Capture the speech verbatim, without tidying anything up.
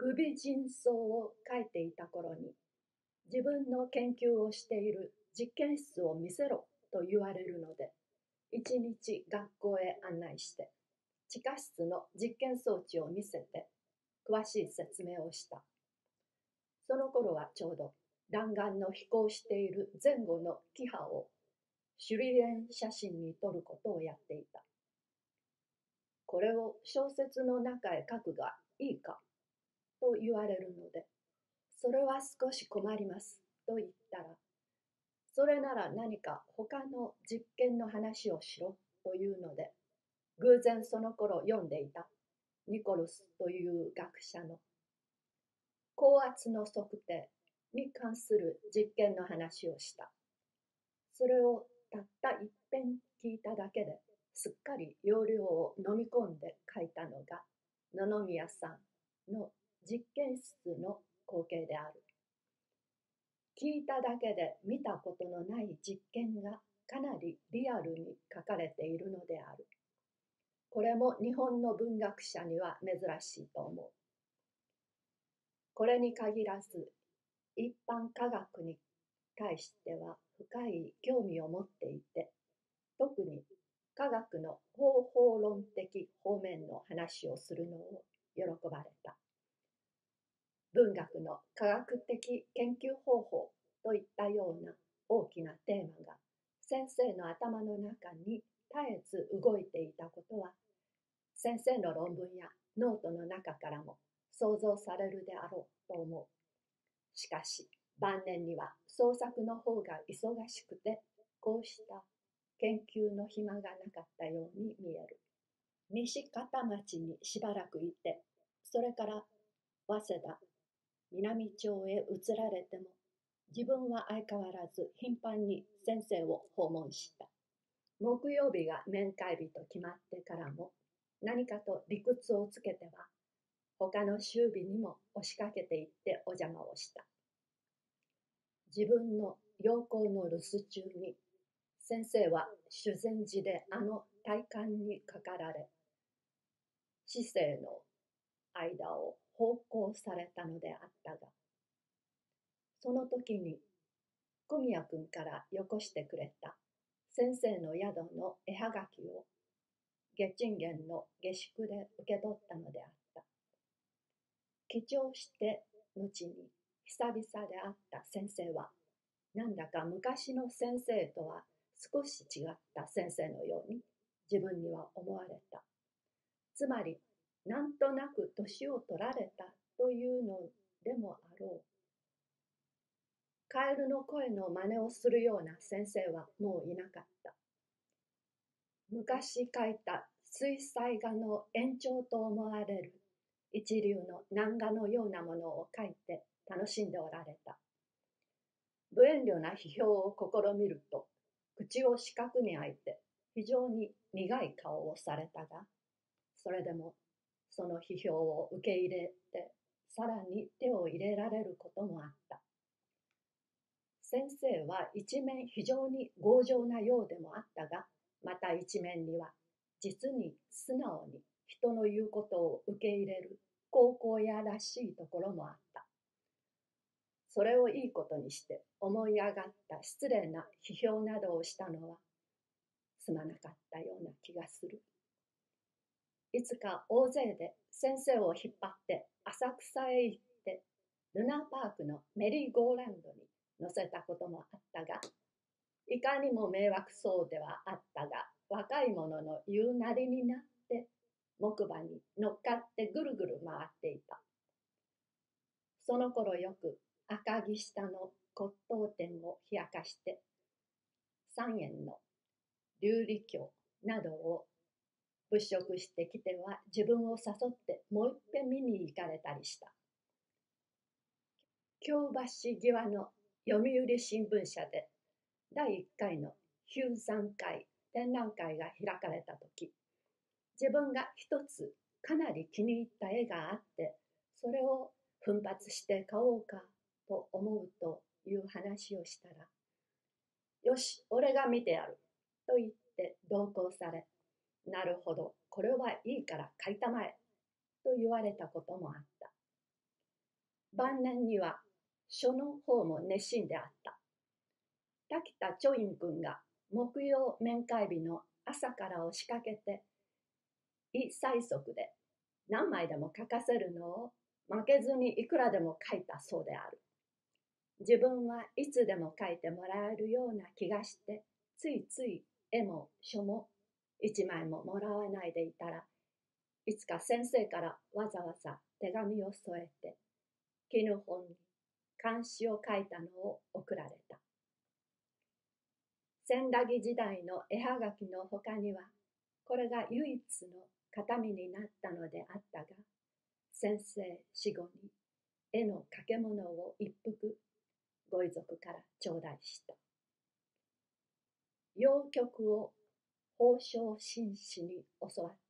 グビ人相を書いていた頃に、自分の研究をしている実験室を見せろと言われるので、一日学校へ案内して、地下室の実験装置を見せて、詳しい説明をした。その頃はちょうど弾丸の飛行している前後のキハを手裏剣写真に撮ることをやっていた。これを小説の中へ書くがいいかと言われるので、それは少し困りますと言ったら、それなら何か他の実験の話をしろというので、偶然その頃読んでいたニコルスという学者の高圧の測定に関する実験の話をした。それをたった一遍聞いただけですっかり要領を飲み込んで書いたのが野々宮さんの実験室の光景である。聞いただけで見たことのない実験がかなりリアルに書かれているのである。これも日本の文学者には珍しいと思う。これに限らず、一般科学に対しては深い興味を持っていて、特に科学の方法論的方面の話をするのを喜ばれた。文学の科学的研究方法といったような大きなテーマが先生の頭の中に絶えず動いていたことは、先生の論文やノートの中からも想像されるであろうと思う。しかし晩年には創作の方が忙しくて、こうした研究の暇がなかったように見える。西方町にしばらくいて、それから早稲田南町へ移られても、自分は相変わらず頻繁に先生を訪問した。木曜日が面会日と決まってからも、何かと理屈をつけては、他の週日にも押しかけていってお邪魔をした。自分の洋行の留守中に、先生は修善寺であの大観にかかられ、市政の間を奉公されたのであったが、その時に小宮君からよこしてくれた先生の宿の絵はがきを月賃元の下宿で受け取ったのであった。帰庁して後に久々であった先生は、なんだか昔の先生とは少し違った先生のように自分には思われた。つまり、なんとなく年を取られたというのでもあろう。カエルの声の真似をするような先生はもういなかった。昔書いた水彩画の延長と思われる一流の南画のようなものを書いて楽しんでおられた。無遠慮な批評を試みると、口を四角に開いて非常に苦い顔をされたが、それでもその批評を受け入れて、さらに手を入れられることもあった。先生は一面非常に強情なようでもあったが、また一面には実に素直に人の言うことを受け入れる高校屋らしいところもあった。それをいいことにして思い上がった失礼な批評などをしたのはすまなかったような気がする。いつか大勢で先生を引っ張って浅草へ行ってルナーパークのメリーゴーランドに乗せたこともあったが、いかにも迷惑そうではあったが、若い者の言うなりになって木馬に乗っかってぐるぐる回っていた。その頃よく赤城下の骨董店を冷やかして三円の琉璃鏡などを物色してきては自分を誘ってもう一遍見に行かれたりした。京橋際の読売新聞社でだいいっかいの九山会展覧会が開かれたとき、自分が一つかなり気に入った絵があって、それを奮発して買おうかと思うという話をしたら、よし、俺が見てやると言って同行され、なるほど、これはいいから買いたまえと言われたこともあった。 晩年には書の方も熱心であった。滝田チョイン君が木曜面会日の朝からを仕掛けて、意催促で何枚でも書かせるのを負けずにいくらでも書いたそうである。自分はいつでも書いてもらえるような気がして、ついつい絵も書も一枚ももらわないでいたら、いつか先生からわざわざ手紙を添えて、絹本に漢詩を書いたのを送られた。千駄木時代の絵はがきのほかには、これが唯一の形見になったのであったが、先生死後に絵の掛け物を一幅ご遺族から頂戴した。謡曲を宝生紳士に教わっ